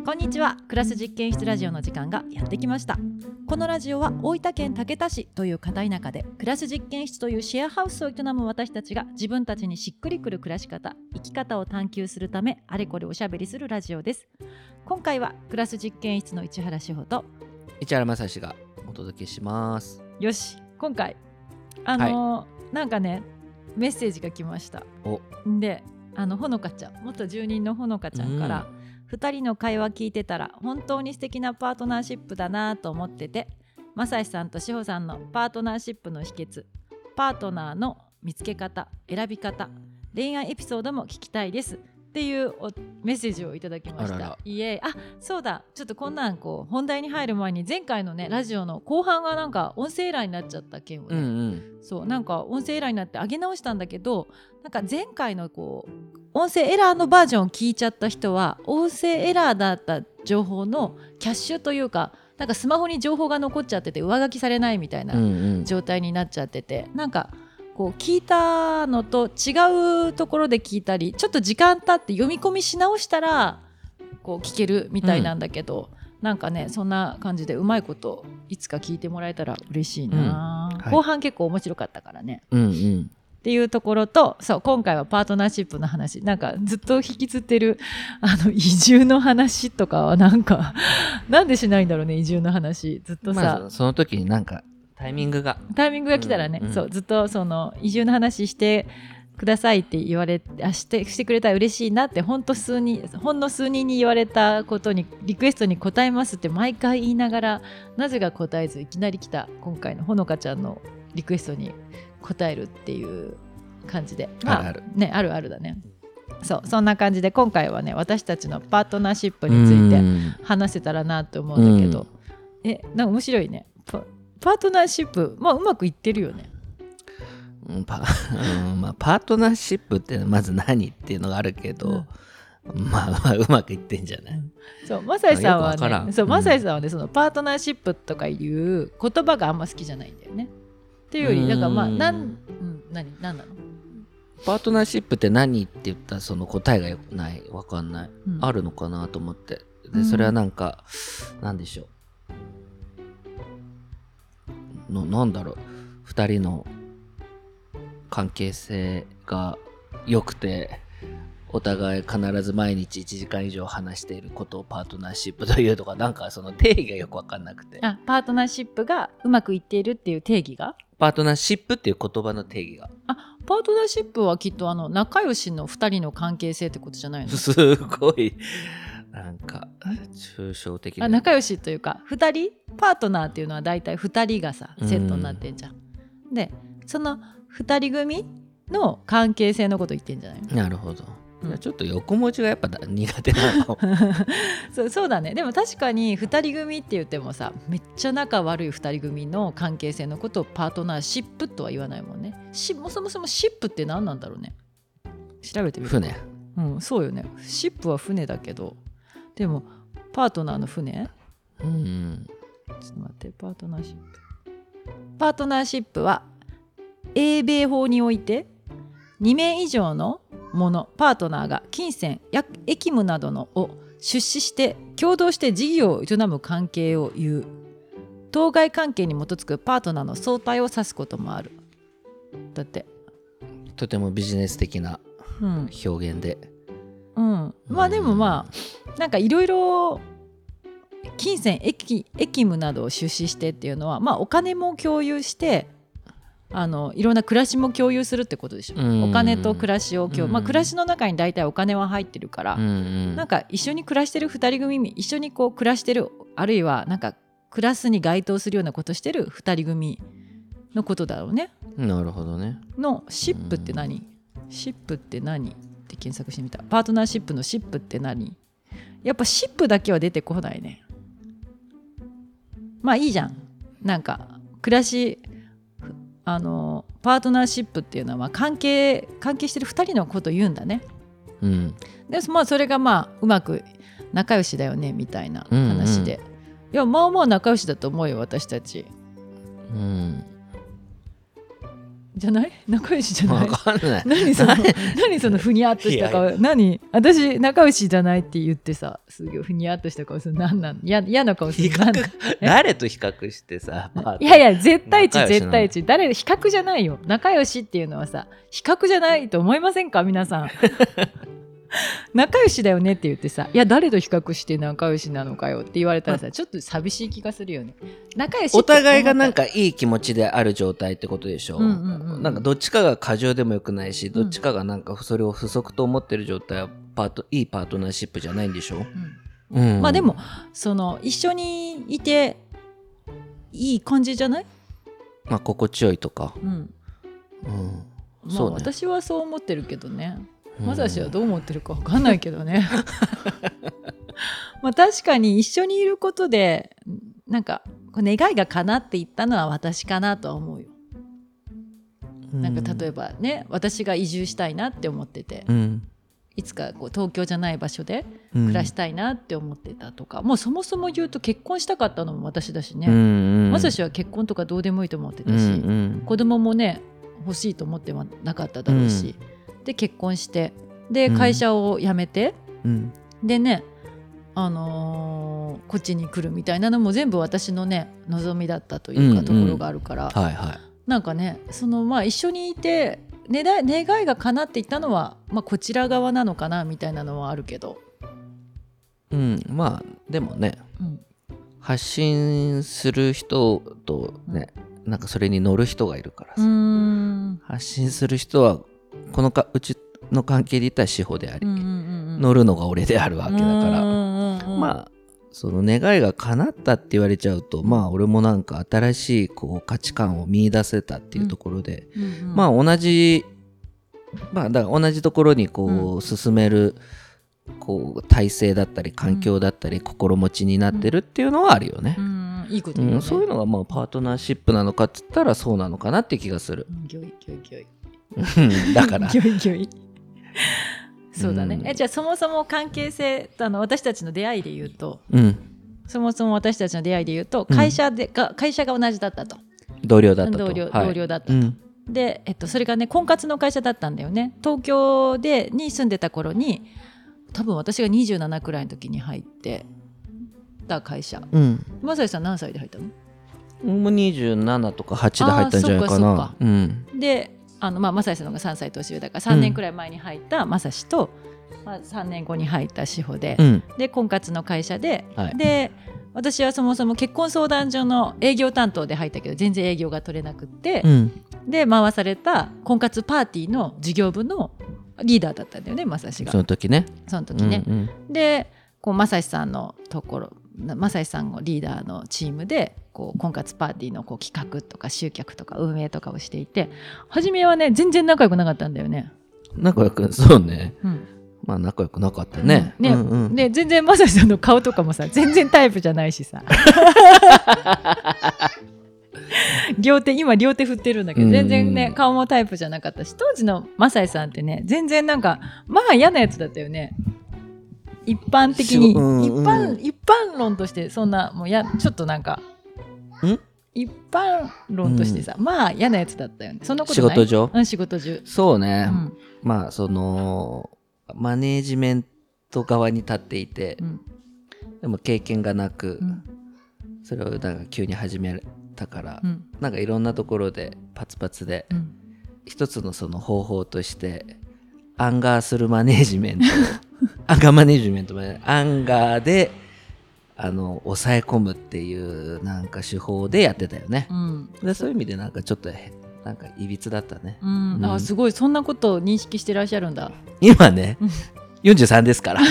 こんにちは。クラス実験室ラジオの時間がやってきました。このラジオは大分県竹田市という片田舎でクラス実験室というシェアハウスを営む私たちが自分たちにしっくりくる暮らし方、生き方を探求するためあれこれおしゃべりするラジオです。今回はクラス実験室の市原志保と市原正史がお届けします。 よし、今回なんかねメッセージが来ました。で、ほのかちゃん、元住人のほのかちゃんから、2人の会話聞いてたら本当に素敵なパートナーシップだなと思ってて、正志さんと志保さんのパートナーシップの秘訣、パートナーの見つけ方、選び方、恋愛エピソードも聞きたいですっていうメッセージをいただきました。 あらら。 そうだ、ちょっとこんなん本題に入る前に前回のねラジオの後半がなんか音声エラーになっちゃった件をね、そうなんか音声エラーになって上げ直したんだけど、なんか前回の音声エラーのバージョンを聞いちゃった人は音声エラーだった情報のキャッシュというか、なんかスマホに情報が残っちゃってて上書きされないみたいな状態になっちゃってて、なんか聞いたのと違うところで聞いたり、ちょっと時間経って読み込みし直したら聞けるみたいなんだけど、なんかねそんな感じでうまいこといつか聞いてもらえたら嬉しいな、後半結構面白かったからね、っていうところと、そう今回はパートナーシップの話、なんかずっと引きずってる移住の話とかはなんでしないんだろうね。移住の話ずっとさ、 その時になんかタイミングが来たらね、そうずっとその移住の話してくださいって言われて、してくれたら嬉しいなってほんの数人に言われたことにリクエストに答えますって毎回言いながら、なぜか答えずいきなり来た今回のほのかちゃんのリクエストに答えるっていう感じで、あるあるだね。そんな感じで今回はね、私たちのパートナーシップについて話せたらなと思うんだけど、なんか面白いね。パートナーシップ、うまくいってるよね。 パートナーシップってまず何っていうのがあるけど、うまくいってんじゃない。 そう正志さんはね、そのパートナーシップとかいう言葉があんま好きじゃないんだよね。っていうよりなんか何なの？ パートナーシップって何って言ったらその答えがわかんない、あるのかなと思って、でそれはなんかなんでしょう、なんだろう、2人の関係性が良くてお互い必ず毎日1時間以上話していることをパートナーシップというとか、なんかその定義がよく分かんなくて、 パートナーシップがうまくいっているっていう定義が、 パートナーシップっていう言葉の定義が、 パートナーシップはきっと仲良しの2人の関係性ってことじゃないの？ すごいなんか抽象的な、 仲良しというか2人パートナーっていうのはだいたい2人がさセットになってんじゃん。でその2人組の関係性のこと言ってんじゃないの？ なるほど。ちょっと横文字がやっぱ苦手なのそうだね。でも確かに2人組って言ってもさ、めっちゃ仲悪い2人組の関係性のことをパートナーシップとは言わないもんね。そもそもシップって何なんだろうね。調べてみる。 船。 そうよね。シップは船だけど、でもパートナーの船、ちょっと待って。パートナーシップは英米法において2名以上のパートナーが金銭や役務などを出資して共同して事業を営む関係を言う。当該関係に基づくパートナーの相対を指すこともある。だってとてもビジネス的な表現で、 でもなんかいろいろ金銭役務などを出資してっていうのは、お金も共有していろんな暮らしも共有するってことでしょ。お金と暮らしを暮らしの中に大体お金は入ってるから、なんか一緒に暮らしてる2人組、一緒に暮らしてる、あるいはなんかクラスに該当するようなことしてる2人組のことだろうね。 なるほどね。 のシップって何？シップって何って検索してみた。パートナーシップのシップって何？やっぱシップだけは出てこないね。いいじゃん。なんか暮らしパートナーシップっていうのは関係してる2人のことを言うんだね。でそれがうまく仲良しだよねみたいな話で、いや仲良しだと思うよ私たち。 じゃない？仲良しじゃない？ わかんない。 何そのふにゃっとした顔。何？私仲良しじゃないって言ってさ、すげえふにゃっとした顔する。何なの？嫌な顔する。 誰と比較してさ。 いや絶対値。誰比較じゃないよ。仲良しっていうのはさ、比較じゃないと思いませんか皆さん。仲良しだよねって言ってさ、いや誰と比較して仲良しなのかよって言われたらさ、ちょっと寂しい気がするよね。仲良しってお互いがなんかいい気持ちである状態ってことでしょ。なんかどっちかが過剰でもよくないし、どっちかがなんかそれを不足と思ってる状態はいいパートナーシップじゃないんでしょ。まあでもその一緒にいていい感じじゃない？ まあ心地よいとか。 そうね。私はそう思ってるけどね。まさしはどう思ってるか分かんないけどね。まあ確かに一緒にいることでなんか願いが叶っていったのは私かなとは思うよ。なんか例えばね、私が移住したいなって思ってて、いつかこう東京じゃない場所で暮らしたいなって思ってたとか、もうそもそも言うと結婚したかったのも私だしね。まさしは結婚とかどうでもいいと思ってたし、子供もね欲しいと思ってはなかっただろうし、で結婚してで会社を辞めて、でねこっちに来るみたいなのも全部私のね望みだったというかところがあるから、なんかねそのまあ一緒にいて願いが叶っていったのは、まあ、こちら側なのかなみたいなのはあるけど、 まあでもね、発信する人とね、なんかそれに乗る人がいるからさ、発信する人はうちの関係で言ったら志保であり、乗るのが俺であるわけだから、まあその願いが叶ったって言われちゃうと、まあ俺もなんか新しいこう価値観を見出せたっていうところで、まあ同じだから同じところにこう進めるこう体制だったり環境だったり心持ちになってるっていうのはあるよね。 いいこと言うね。 そういうのがまあパートナーシップなのかって言ったらそうなのかなって気がする。だからそうだね。じゃあそもそも関係性私たちの出会いで言うと、そもそも私たちの出会いで言うと会社が同じだったと。 同僚だったと。 同僚だったと。で、それがね婚活の会社だったんだよね。東京に住んでた頃に多分私が27くらいの時に入ってた会社。まさしさん何歳で入ったの？ もう27とか8で入ったんじゃないかな。 でまさしさんの方が3歳年上だから3年くらい前に入ったまさしと、3年後に入った志保で、で婚活の会社で、で私はそもそも結婚相談所の営業担当で入ったけど全然営業が取れなくって、で回された婚活パーティーの事業部のリーダーだったんだよね、まさしが。 その時ね。 でこうまさしさんのところ、まさしさんがリーダーのチームでこう婚活パーティーのこう企画とか集客とか運営とかをしていて、初めはね全然仲良くなかったんだよね。 仲良く、そうね、まあ仲良くなかったね。 で全然まさしさんの顔とかもさ全然タイプじゃないしさ今両手振ってるんだけど全然ね顔もタイプじゃなかったし、当時のまさしさんってね全然なんかまあ嫌なやつだったよね。一般的に、一般論としてそんなもうちょっとなんか一般論としてさ、まあ嫌なやつだったよね。そんなことない？仕事上そうね、まあそのマネージメント側に立っていて、でも経験がなく、それをなんか急に始めたから、なんかいろんなところでパツパツで、一つのその方法としてアンガーするマネージメントアンガーマネージメントアンガーで抑え込むっていうなんか手法でやってたよね。でそういう意味でなんかちょっとなんかいびつだったね。 すごいそんなことを認識してらっしゃるんだ。 今ね43ですから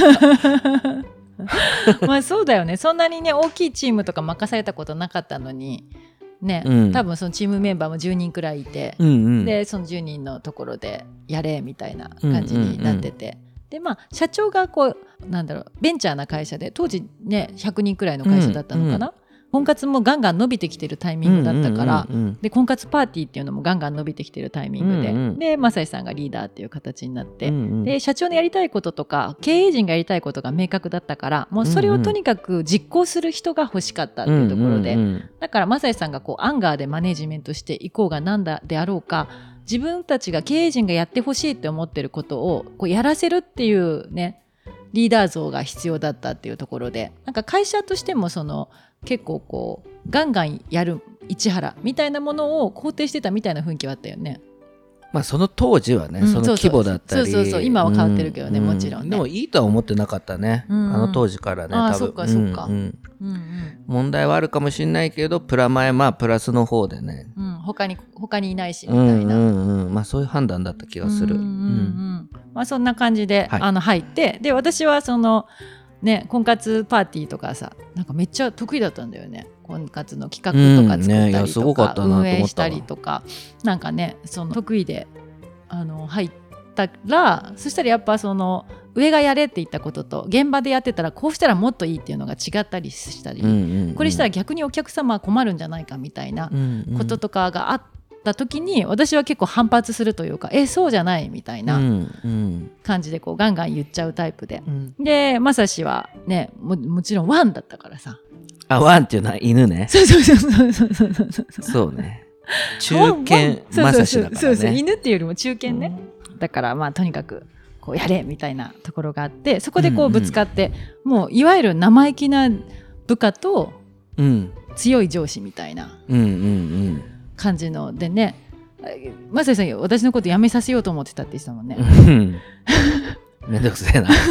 まあそうだよね。そんなにね大きいチームとか任されたことなかったのにね、多分そのチームメンバーも10人くらいいて、でその10人のところでやれみたいな感じになってて、でまあ社長がこうなんだろうベンチャーな会社で当時ね100人くらいの会社だったのかな、婚活もガンガン伸びてきてるタイミングだったから、で婚活パーティーっていうのもガンガン伸びてきてるタイミングで、でまさしさんがリーダーっていう形になって、で社長のやりたいこととか経営陣がやりたいことが明確だったから、もうそれをとにかく実行する人が欲しかったっていうところで、だからまさしさんがこうアンガーでマネジメントしていこうがなんだであろうか、 自分たちが経営陣がやってほしいって思ってることをこうやらせるっていうねリーダー像が必要だったっていうところで、なんか会社としてもその結構こうガンガンやる市原みたいなものを肯定してたみたいな雰囲気はあったよね。 まあその当時はね、その規模だったり、 そう今は変わってるけどね、もちろんね。 でもいいとは思ってなかったね、あの当時からね。多分そっかそっか、 問題はあるかもしれないけどプラスの方でね、 他にいないしみたいな、 まあそういう判断だった気がする。 まあそんな感じで、入って、で私はそのね婚活パーティーとかさ、なんかめっちゃ得意だったんだよね。婚活の企画とか作ったりとか、運営したりとか、なんかねその得意で入ったら、そしたらやっぱその上がやれって言ったことと現場でやってたらこうしたらもっといいっていうのが違ったりしたり、これしたら逆にお客様は困るんじゃないかみたいなこととかがあった時に、私は結構反発するというか、そうじゃないみたいな感じでこうガンガン言っちゃうタイプで、でまさしはね もちろんワンだったからさ。 ワンっていうのは犬ね。そうね。中堅まさしだからね。 そう犬っていうよりも中堅ね。だからまあとにかくこうやれみたいなところがあって、そこでこうぶつかって、もういわゆる生意気な部下と強い上司みたいな感じのでね、まさしさん私のこと辞めさせようと思ってたって言ってたもんね。 めんどくせえな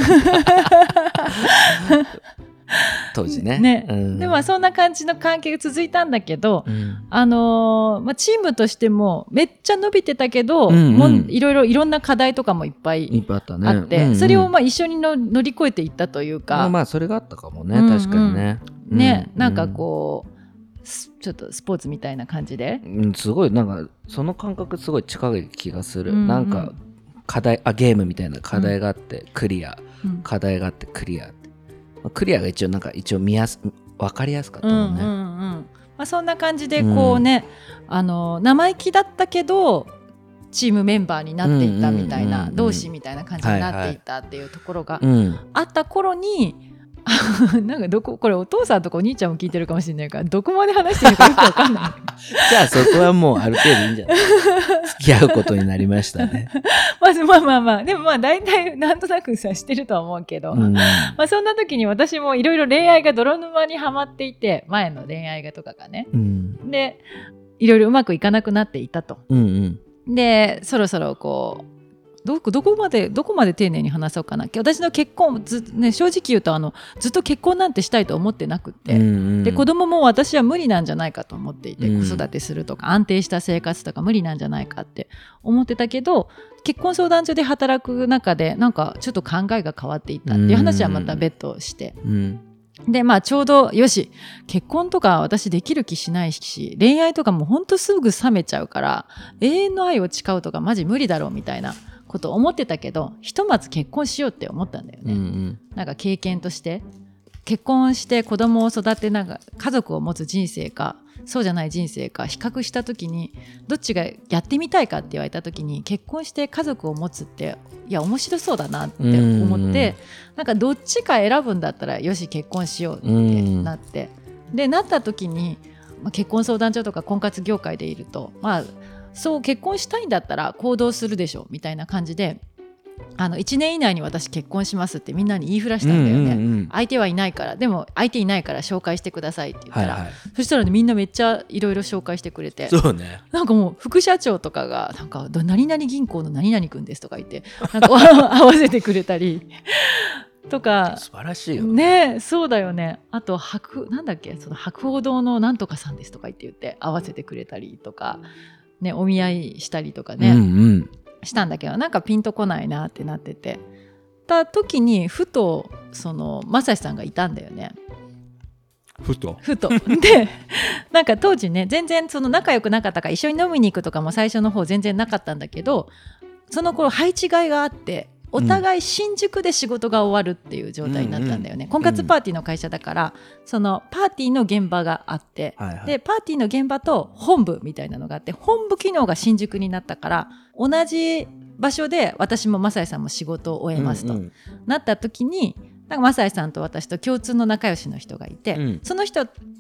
当時ね。 でもそんな感じの関係が続いたんだけど、チームとしてもめっちゃ伸びてたけど、いろんな課題とかもいっぱいあって、それを一緒に乗り越えていったというか、 まあそれがあったかもね、確かにね。 なんかこうちょっとスポーツみたいな感じで、 すごいなんかその感覚すごい近い気がする。なんか課題ゲームみたいな課題があってクリア、課題があってクリア、クリアが一応分かりやすかったもんね。 そんな感じでこうね、生意気だったけどチームメンバーになっていったみたいな、同志みたいな感じになっていったっていうところがあった頃に、なんかこれお父さんとかお兄ちゃんも聞いてるかもしれないから、どこまで話してるかよく分かんないじゃあそこはもうある程度いいんじゃない付き合うことになりましたね。 まあでも大体なんとなくさしてるとは思うけど、そんな時に私もいろいろ恋愛が泥沼にはまっていて、前の恋愛がとかがね、でいろいろうまくいかなくなっていたと、でそろそろこうどこまで丁寧に話そうかな。私の結婚正直言うとずっと結婚なんてしたいと思ってなくて、で子供も私は無理なんじゃないかと思っていて、子育てするとか安定した生活とか無理なんじゃないかって思ってたけど、結婚相談所で働く中でなんかちょっと考えが変わっていったっていう話はまた別途して、でちょうどよし結婚とか私できる気しないし、恋愛とかもほんとすぐ冷めちゃうから永遠の愛を誓うとかマジ無理だろうみたいなこと思ってたけど、ひとまず結婚しようって思ったんだよね。なんか経験として結婚して子供を育てながら家族を持つ人生かそうじゃない人生か比較した時に、どっちがやってみたいかって言われた時に、結婚して家族を持つって面白そうだなって思って、なんかどっちか選ぶんだったらよし結婚しようってなって、でなった時に、結婚相談所とか婚活業界でいると、そう結婚したいんだったら行動するでしょみたいな感じで、1年以内に私結婚しますってみんなに言いふらしたんだよね。相手はいないから、でも相手いないから紹介してくださいって言ったら、そしたらみんなめっちゃいろいろ紹介してくれて、 そうね、 なんかもう副社長とかがなんか何々銀行の何々くんですとか言ってなんか合わせてくれたりとか、 素晴らしいよね。 そうだよね。あとなんだっけ、その博報堂のなんとかさんですとか言って合わせてくれたりとかね、お見合いしたりとかね、したんだけど、なんかピンとこないなってなっててた時に、ふとそのまさしさんがいたんだよね。 ふとでなんか当時ね全然その仲良くなかったから一緒に飲みに行くとかも最初の方全然なかったんだけど、その頃配置換えがあってお互い新宿で仕事が終わるっていう状態になったんだよね。婚活パーティーの会社だから、そのパーティーの現場があって、でパーティーの現場と本部みたいなのがあって、本部機能が新宿になったから同じ場所で私も正井さんも仕事を終えますと、なった時に、なんか正井さんと私と共通の仲良しの人がいて、その人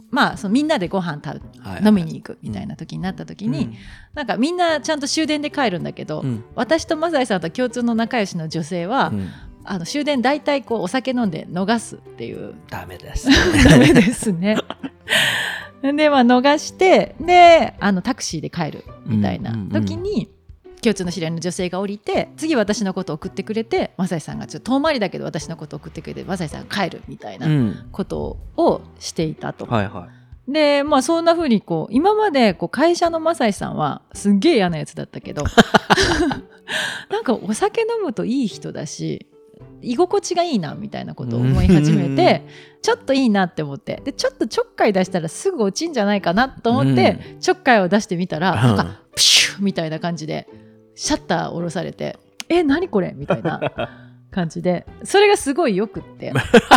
まあ、そのみんなでご飯飲みに行くみたいな時になった時に、なんかみんなちゃんと終電で帰るんだけど、私とマサイさんと共通の仲良しの女性は、終電大体こうお酒飲んで逃すっていう。 ダメですダメですねで、まあ、逃してでタクシーで帰るみたいな時に、共通の知り合いの女性が降りて、次私のことを送ってくれて、マサイさんがちょっと遠回りだけど私のことを送ってくれて、マサイさんが帰るみたいなことをしていたと、で、まあ、そんな風にこう今までこう会社のマサイさんはすっげえ嫌なやつだったけどなんかお酒飲むといい人だし居心地がいいなみたいなことを思い始めてちょっといいなって思って、でちょっとちょっかい出したらすぐ落ちんじゃないかなと思って、ちょっかいを出してみたら、なんかプシューみたいな感じでシャッター下ろされて、何これみたいな感じで、それがすごいよくって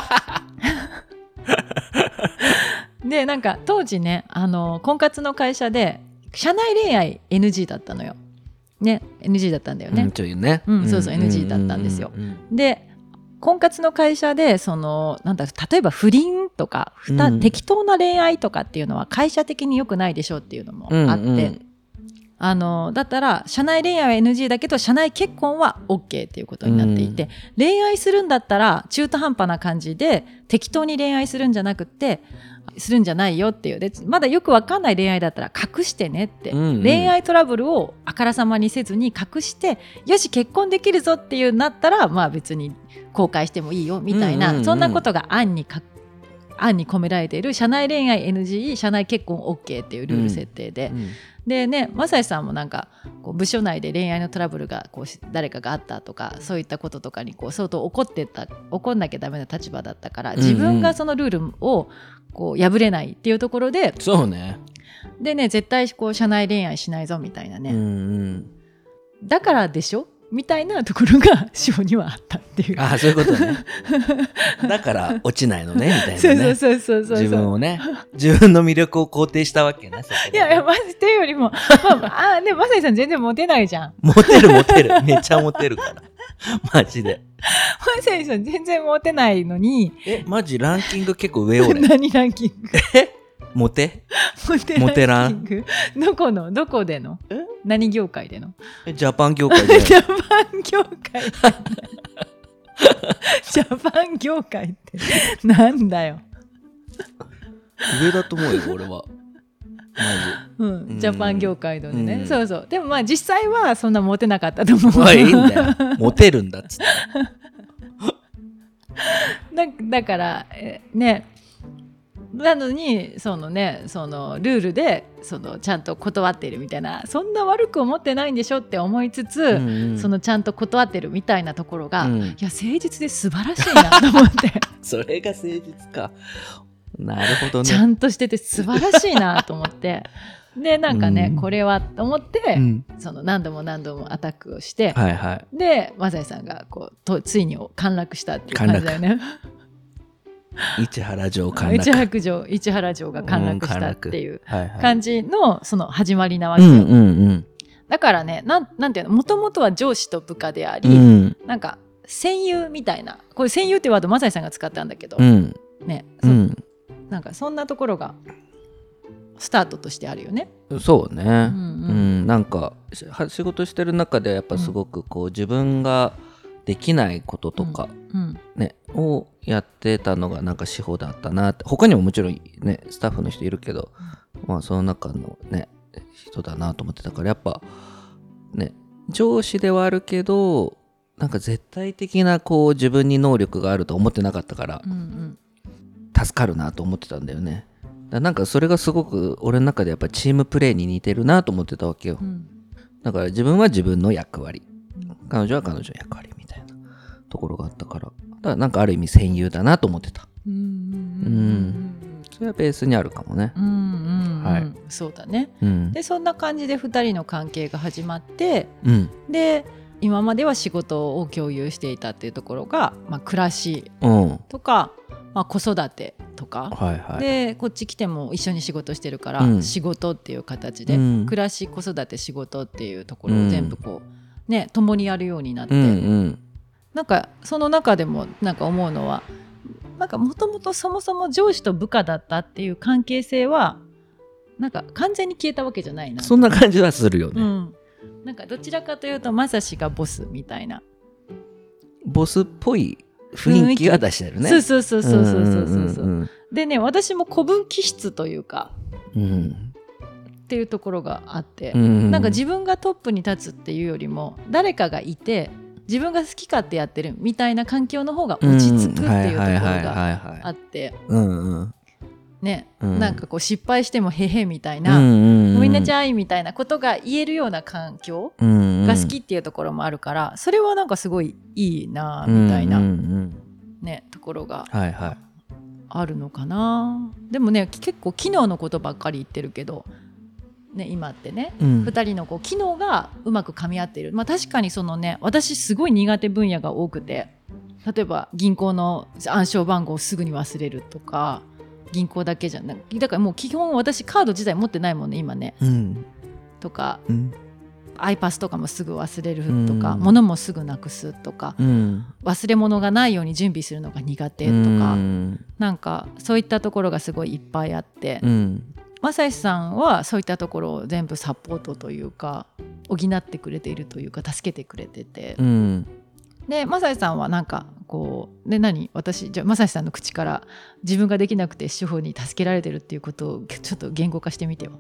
で、なんか当時ね、婚活の会社で社内恋愛 NG だったのよね。 NG だったんだよね、 ちょいね、 そうそう NG だったんですよ。で、婚活の会社でなんだ例えば不倫とか適当な恋愛とかっていうのは会社的に良くないでしょっていうのもあって、だったら社内恋愛は NG だけど社内結婚は OK っていうことになっていて、恋愛するんだったら中途半端な感じで適当に恋愛するんじゃなくてするんじゃないよっていう。で、まだよく分かんない恋愛だったら隠してねって、恋愛トラブルをあからさまにせずに隠して、よし結婚できるぞっていうなったら、まあ別に後悔してもいいよみたいな、そんなことが案に込められている社内恋愛 NG 社内結婚 OK っていうルール設定で、でね、マサイさんもなんかこう部署内で恋愛のトラブルがこう誰かがあったとか、そういったこととかにこう相当怒んなきゃダメな立場だったから、自分がそのルールをこう破れないっていうところで、 そうね、 でね、絶対こう社内恋愛しないぞみたいなね、だからでしょみたいなところが志保にはあったっていう。 そういうことねだから落ちないのねみたいなねそう自分をね、自分の魅力を肯定したわけね。 いやマジっていうよりも、でもマサイさん全然モテないじゃん。 モテるめっちゃモテるからマジでマサイさん全然モテないのに。 マジランキング結構上俺何ランキングモテランキングどこでの何業界でのジャパン業界でジャパン業界ジャパン業界ってなんだよ上だと思うよ俺はマジ、ジャパン業界のね、そうそう。でもまあ実際はそんなモテなかったと思う。 いいんだよ、モテるんだっつってだからね、なのにそのルールでちゃんと断っているみたいな、そんな悪く思ってないんでしょって思いつつ、ちゃんと断ってるみたいなところが、いや誠実で素晴らしいなと思ってそれが誠実か。なるほどね。 ちゃんとしてて素晴らしいなと思ってでなんかね、これはと思って、何度もアタックをして、でマサイさんがついに陥落したっていう感じだよね。 市原城陥落、 市原城が陥落したっていう感じのその始まりなわけよ。だからね、なんていうの、もともとは上司と部下であり、なんか戦友みたいな、これ戦友ってワードマサイさんが使ったんだけど、ね、なんかそんなところがスタートとしてあるよね。 そうね、なんか仕事してる中でやっぱすごく自分ができないこととか、ね、をやってたのがなんか志保だったなって。他にももちろんねスタッフの人いるけど、まあその中のね人だなと思ってたから、やっぱね上司ではあるけどなんか絶対的な自分に能力があると思ってなかったから、助かるなと思ってたんだよね。なんかそれがすごく俺の中でやっぱチームプレーに似てるなと思ってたわけよ。だから自分は自分の役割、彼女は彼女の役割みたいなところがあったから、だからなんかある意味戦友だなと思ってた。それはベースにあるかもね。 そうだね。でそんな感じで2人の関係が始まって、で今までは仕事を共有していたっていうところが、暮らしとか、子育てとか、でこっち来ても一緒に仕事してるから、仕事っていう形で、暮らし子育て仕事っていうところを全部共にやるようになって、なんかその中でもなんか思うのは、 なんかもともとそもそも上司と部下だったっていう関係性はなんか完全に消えたわけじゃないな。 そんな感じはするよね、 なんかどちらかというとまさしがボスみたいな、 ボスっぽい雰囲気は出してるね。 そうそうそうそうそうそうそう。でね、私も古文気質というか、っていうところがあって、なんか自分がトップに立つっていうよりも誰かがいて自分が好き勝手やってるみたいな環境の方が落ち着くっていうところがあって、ね、なんかこう失敗してもへへみたいな、みんなじゃいみたいなことが言えるような環境が好きっていうところもあるから、それはなんかすごいいいなみたいな、ね、ところがあるのかな。でもね、結構機能のことばっかり言ってるけど、ね、今ってね、2人のこう機能がうまく噛み合っている。確かにそのね、私すごい苦手分野が多くて、例えば銀行の暗証番号をすぐに忘れるとか、銀行だけじゃなく、だからもう基本私カード自体持ってないもんね今ね、とか、iPass とかもすぐ忘れるとか、物もすぐなくすとか、忘れ物がないように準備するのが苦手とか、なんかそういったところがすごいいっぱいあって、正義さんはそういったところを全部サポートというか補ってくれているというか助けてくれてて、で正義さんはなんかこうで私じゃあ正義さんの口から自分ができなくて主婦に助けられてるっていうことをちょっと言語化してみてよ。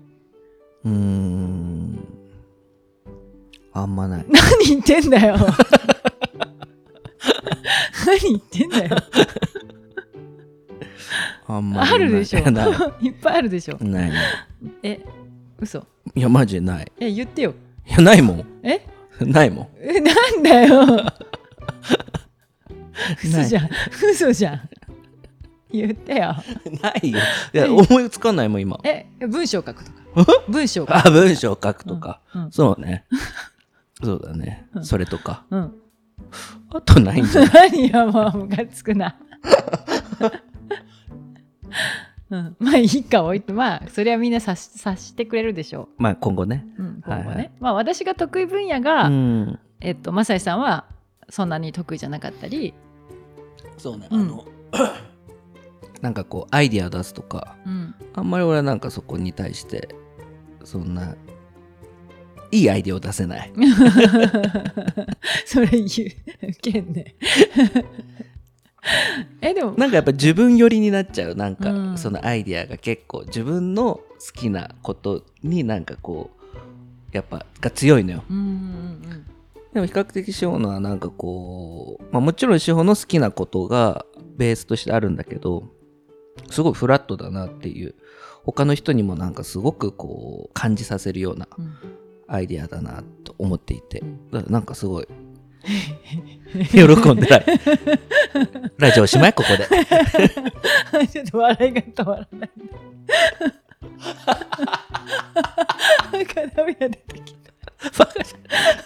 あんまない。 何言ってんだよ何言ってんだよあんまりあるでしょいっぱいあるでしょ。 ない嘘。 いやマジでない。 言ってよ。 いやないもん。ないもん。 なんだよ嘘じゃん言ってよ。 ないよ。いや思いつかないもん今。 文章書くとか文章書くとか、そうねそうだね、それとか、あとないんじゃない。 何よもうムカつくなまあいいか置いて、それはみんな察してくれるでしょう。今後ね、今後ね、私が得意分野が、正義さんはそんなに得意じゃなかったり、 そうね、なんかこうアイディア出すとか、あんまり俺はなんかそこに対してそんないいアイディアを出せないそれ言うけんねでもなんかやっぱ自分寄りになっちゃう。なんかそのアイディアが結構自分の好きなことになんかこうやっぱが強いのよ。でも比較的志保のはなんかこう、もちろん志保の好きなことがベースとしてあるんだけど、すごいフラットだなっていう、他の人にもなんかすごくこう感じさせるようなアイディアだなと思っていて、だからなんかすごい喜んでないラジオおしまいここでちょっと笑いが止まらないなんか涙出てきたバカじ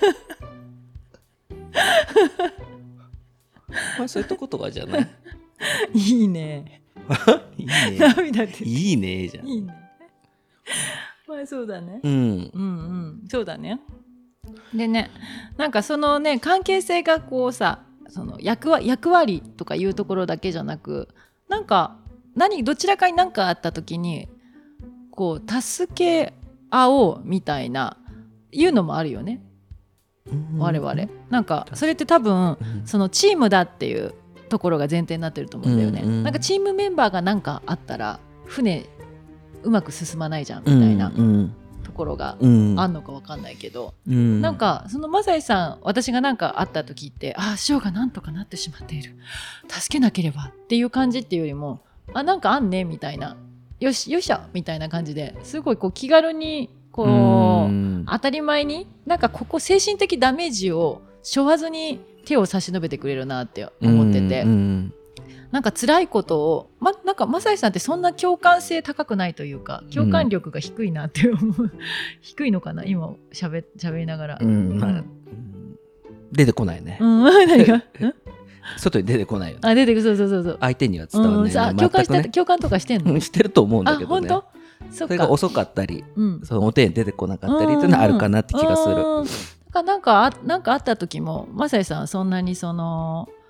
ゃんそういったことがじゃないいいねいいね涙出ていいねじゃん。 いいねそうだね、そうだね。でね、なんかそのね関係性がこうさ、その役割とかいうところだけじゃなく、なんかどちらかに何かあった時にこう助け合おうみたいないうのもあるよね、我々。なんかそれって多分そのチームだっていうところが前提になってると思うんだよね、なんかチームメンバーが何かあったら船うまく進まないじゃんみたいなところがあんのか分かんないけど、なんかその正義さん、私が何かあった時って師匠がなんとかなってしまっている、助けなければっていう感じっていうよりも、なんかあんねみたいな、よしよっしゃみたいな感じですごいこう気軽にこう当たり前になんかここ精神的ダメージを背負わずに手を差し伸べてくれるなって思ってて、なんか辛いことを、なんか正義さんってそんな共感性高くないというか、共感力が低いなって思う、低いのかな今喋りながら、 出てこないね、 何が外に出てこないよね。 出てくる、そう相手には伝わらない、 共感して共感とかしてんのしてると思うんだけどね。 本当？ それが遅かったり、その表に出てこなかったりっていうのはあるかなって気がする。 なんかあった時も正義さんはそんなにその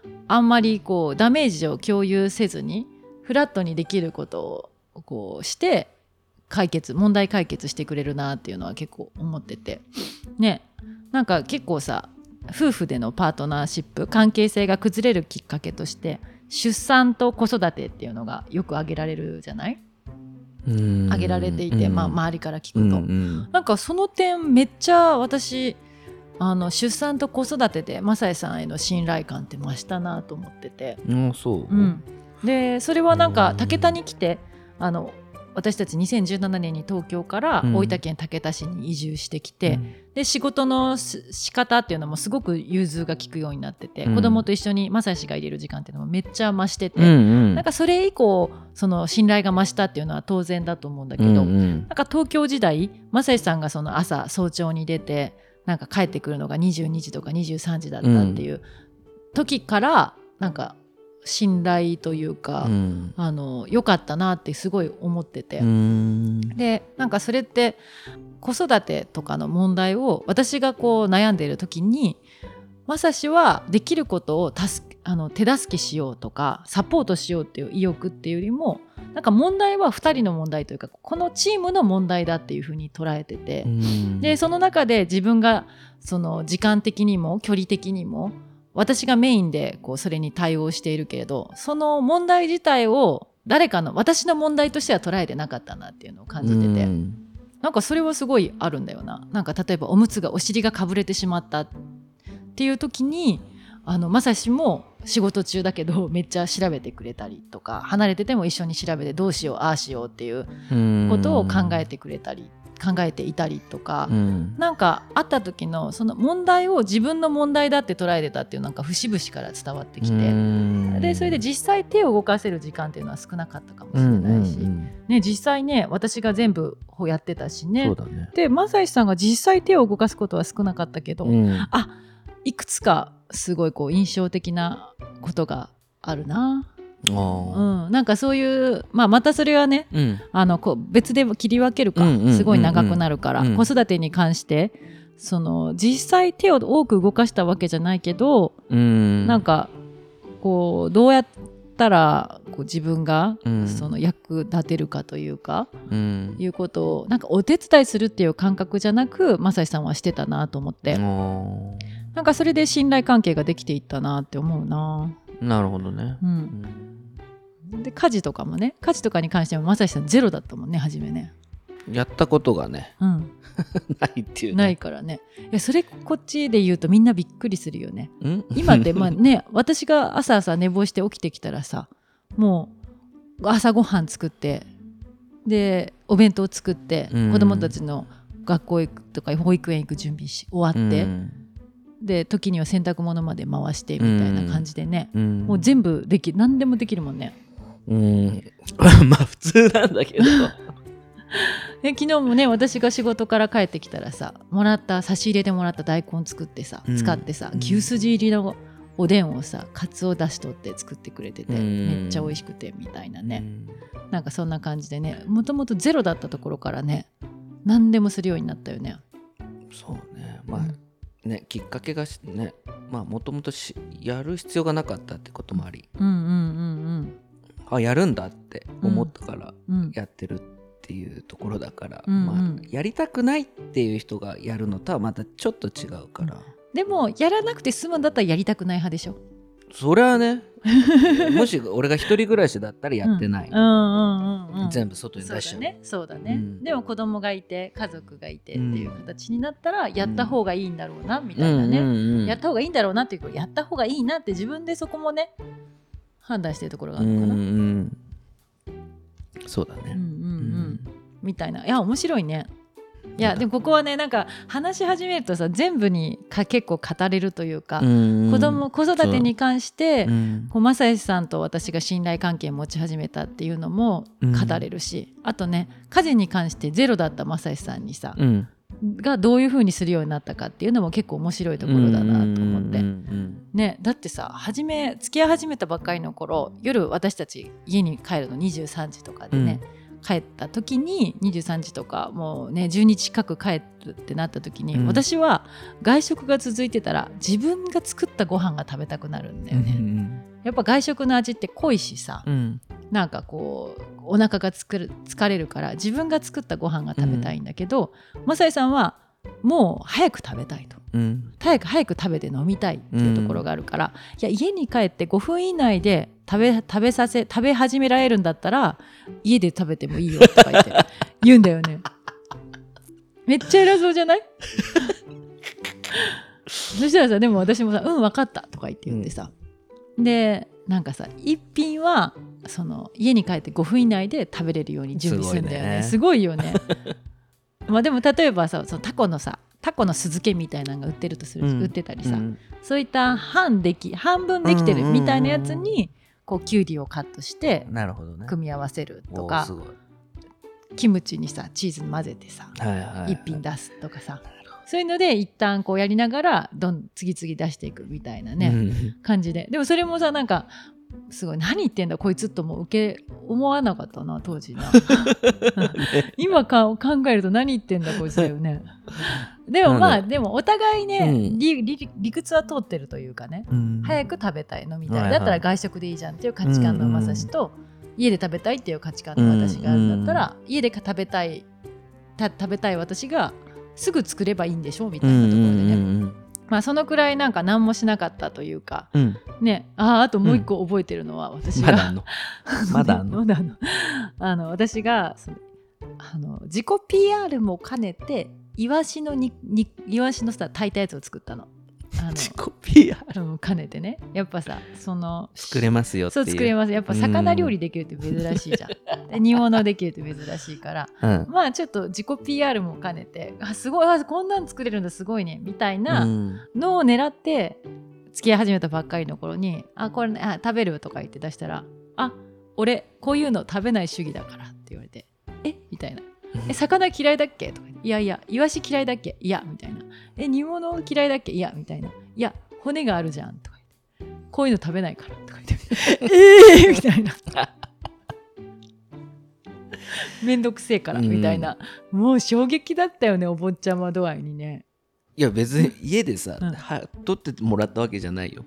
あんまりこうダメージを共有せずにフラットにできることをこうして問題解決してくれるなっていうのは結構思っててね。なんか結構さ、夫婦でのパートナーシップ関係性が崩れるきっかけとして出産と子育てっていうのがよく挙げられるじゃない。挙げられていて、周りから聞くと、なんかその点めっちゃ私出産と子育てでマサイさんへの信頼感って増したなと思ってて、 そう、 でそれはなんか竹田に来て私たち2017年に東京から大分県竹田市に移住してきて、で仕事の仕方っていうのもすごく融通が利くようになってて、子供と一緒にマサイ氏が入れる時間っていうのもめっちゃ増してて、なんかそれ以降その信頼が増したっていうのは当然だと思うんだけど、なんか東京時代マサイさんがその朝早朝に出てなんか帰ってくるのが22時とか23時だったっていう時からなんか信頼というか、良かったなってすごい思ってて、でなんかそれって子育てとかの問題を私がこう悩んでいる時にまさしはできることを手助けしようとかサポートしようっていう意欲っていうよりも、なんか問題は2人の問題というかこのチームの問題だっていうふうに捉えてて、でその中で自分がその時間的にも距離的にも私がメインでこうそれに対応しているけれど、その問題自体を私の問題としては捉えてなかったなっていうのを感じてて、なんかそれはすごいあるんだよな。なんか例えばお尻がかぶれてしまったっていう時にまさしも仕事中だけどめっちゃ調べてくれたりとか、離れてても一緒に調べてどうしようああしようっていうことを考えていたりとか、なんかあった時のその問題を自分の問題だって捉えてたっていうなんか節々から伝わってきて、でそれで実際手を動かせる時間っていうのは少なかったかもしれないし、ね、実際ね私が全部やってたしね。でマサイさんが実際手を動かすことは少なかったけど、いくつかすごいこう印象的なことがあるな。なんかそういう、またそれはね、こう別で切り分けるか、すごい長くなるから、子育てに関してその実際手を多く動かしたわけじゃないけど、なんかこうどうやったらこう自分がその役立てるかというか、いうことをなんかお手伝いするっていう感覚じゃなくマサイさんはしてたなと思って、なんかそれで信頼関係ができていったなって思うな。 なるほどね。 で家事とかもね、家事とかに関してもまさしさんゼロだったもんね、初めね。 やったことがね、ないっていうね。 ないからね。それこっちで言うとみんなびっくりするよね。今ってね私が朝寝坊して起きてきたらさ、もう朝ごはん作ってでお弁当作って、子供たちの学校行くとか保育園行く準備終わって、で時には洗濯物まで回してみたいな感じでね、もう全部何でもできるもんね。 まあ普通なんだけど昨日もね私が仕事から帰ってきたらさ、差し入れでもらった大根作ってさ、使ってさ、牛すじ入りのおでんをさかつおだし取って作ってくれてて、めっちゃ美味しくてみたいなね、なんかそんな感じでね、もともとゼロだったところからね何でもするようになったよね。 そうね、ね、きっかけがね、もともとやる必要がなかったってこともあり、やるんだって思ったからやってるっていうところだから、やりたくないっていう人がやるのとはまたちょっと違うから、 でもやらなくて済むんだったらやりたくない派でしょ。 それはねもし俺が一人暮らしだったらやってない、全部外に出しちゃう。 そうだね、でも子供がいて家族がいてっていう形になったらやった方がいいんだろうなみたいなね、やった方がいいんだろうなっていうか、やった方がいいなって自分でそこもね判断してるところがあるのかな。 そうだね、 みたいな。いや面白いね。いやでもここはね、なんか話し始めるとさ全部に結構語れるというか、子育てに関して正義さんと私が信頼関係を持ち始めたっていうのも語れるし、あとね家事に関してゼロだった正義さんにさ、がどういう風にするようになったかっていうのも結構面白いところだなと思ってね。だってさ付き合い始めたばっかりの頃、夜私たち家に帰るの23時とかでね、 帰った時に23時とかもうね10日近く帰るってなった時に、私は外食が続いてたら自分が作ったご飯が食べたくなるんだよね、やっぱ外食の味って濃いしさ、なんかこうお腹が疲れるから自分が作ったご飯が食べたいんだけど、マサイさんはもう早く食べたいと、早く食べて飲みたいっていうところがあるから、いや家に帰って5分以内で食べ始められるんだったら家で食べてもいいよとか言うんだよね。めっちゃ偉そうじゃない？そしたらさ、でも私もさ、分かったとか言ってさ、でなんかさ一品はその家に帰って5分以内で食べれるように準備するんだよね。すごいよね。まあでも例えばさ、そのタコの酢漬けみたいなのが売ってるとする、売ってたりさ、そういった半分できてるみたいなやつにこうきゅうりをカットして組み合わせるとか、キムチにさチーズ混ぜてさ、一品出すとかさ、そういうので一旦こうやりながら次々出していくみたいなね、感じで。でもそれもさ、なんかすごい何言ってんだこいつとも思わなかったな当時な。今考えると何言ってんだこいつだよね。でもでもお互いね、理屈は通ってるというかね、早く食べたい飲みたい、だったら外食でいいじゃんっていう価値観のまさしと、家で食べたいっていう価値観の私があるんだったら、家で食べたい私がすぐ作ればいいんでしょみたいなところでね、まあそのくらいなんか何もしなかったというか、ね、あともう一個覚えてるのは、私がまだあんの私が自己 PR も兼ねてイワシのさ炊いたやつを作ったの。 自己 PR 兼ねてね、やっぱさ作れますよっていう。 そう作れます。やっぱ魚料理できるって珍しいじゃん。で煮物できるって珍しいから、まあちょっと自己 PR も兼ねて、すごいこんなん作れるんだすごいねみたいなのを狙って付き合い始めたばっかりの頃に、これ、ね、食べるとか言って出したら、俺こういうの食べない主義だからって言われて、みたいな。魚嫌いだっけとか、いやイワシ嫌いだっけ、いやみたいな。煮物嫌いだっけ、いやみたいな。いや骨があるじゃんとか言って、こういうの食べないからとか言ってみたいな。めんどくせえからみたいな、もう衝撃だったよね、お坊ちゃま度合いにね。 いや別に家でさ、取ってもらったわけじゃないよ。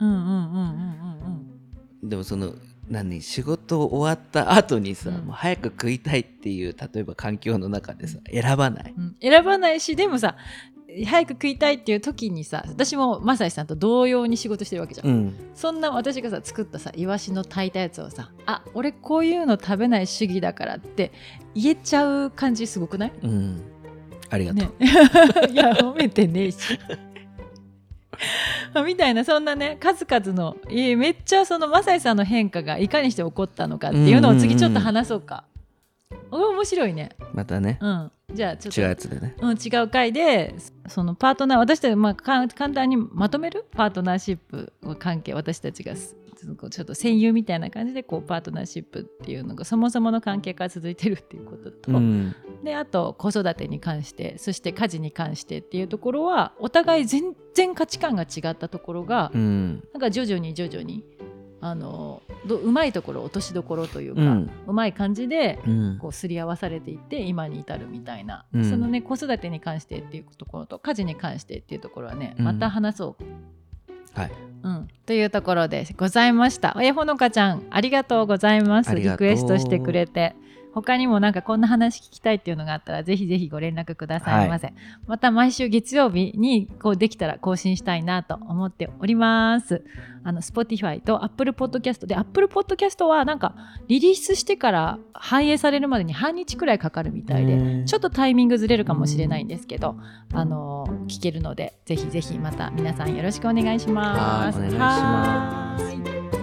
でもその仕事終わった後にさ、もう早く食いたいっていう例えば環境の中でさ、選ばないし、でもさ早く食いたいっていう時にさ、私もまさしさんと同様に仕事してるわけじゃん、そんな私がさ作ったさイワシの炊いたやつをさ、俺こういうの食べない主義だからって言えちゃう感じすごくない？ありがとう、 ね、いや褒めてねえしみたいな、そんなね数々のめっちゃそのマサイさんの変化がいかにして起こったのかっていうのを次ちょっと話そうか。面白いね。 またね、 じゃあちょっと違うやつでね、 違う回でそのパートナー、私たち簡単にまとめるパートナーシップ関係、私たちがちょっと戦友みたいな感じでこうパートナーシップっていうのがそもそもの関係から続いてるっていうことと、であと子育てに関して、そして家事に関してっていうところはお互い全然価値観が違ったところが、なんか徐々にうまいところ落としどころというか、うまい感じでこうすり合わされていって今に至るみたいな、そのね子育てに関してっていうところと家事に関してっていうところはね、また話そう。というところでございました。ほのかちゃんありがとうございます。リクエストしてくれて、他にもなんかこんな話聞きたいっていうのがあったらぜひぜひご連絡くださいませ、また毎週月曜日にこうできたら更新したいなと思っております。Spotify と Apple Podcast で、 Apple Podcast はなんかリリースしてから反映されるまでに半日くらいかかるみたいで、ちょっとタイミングずれるかもしれないんですけど、聞けるのでぜひぜひまた皆さんよろしくお願いします。 お願いします。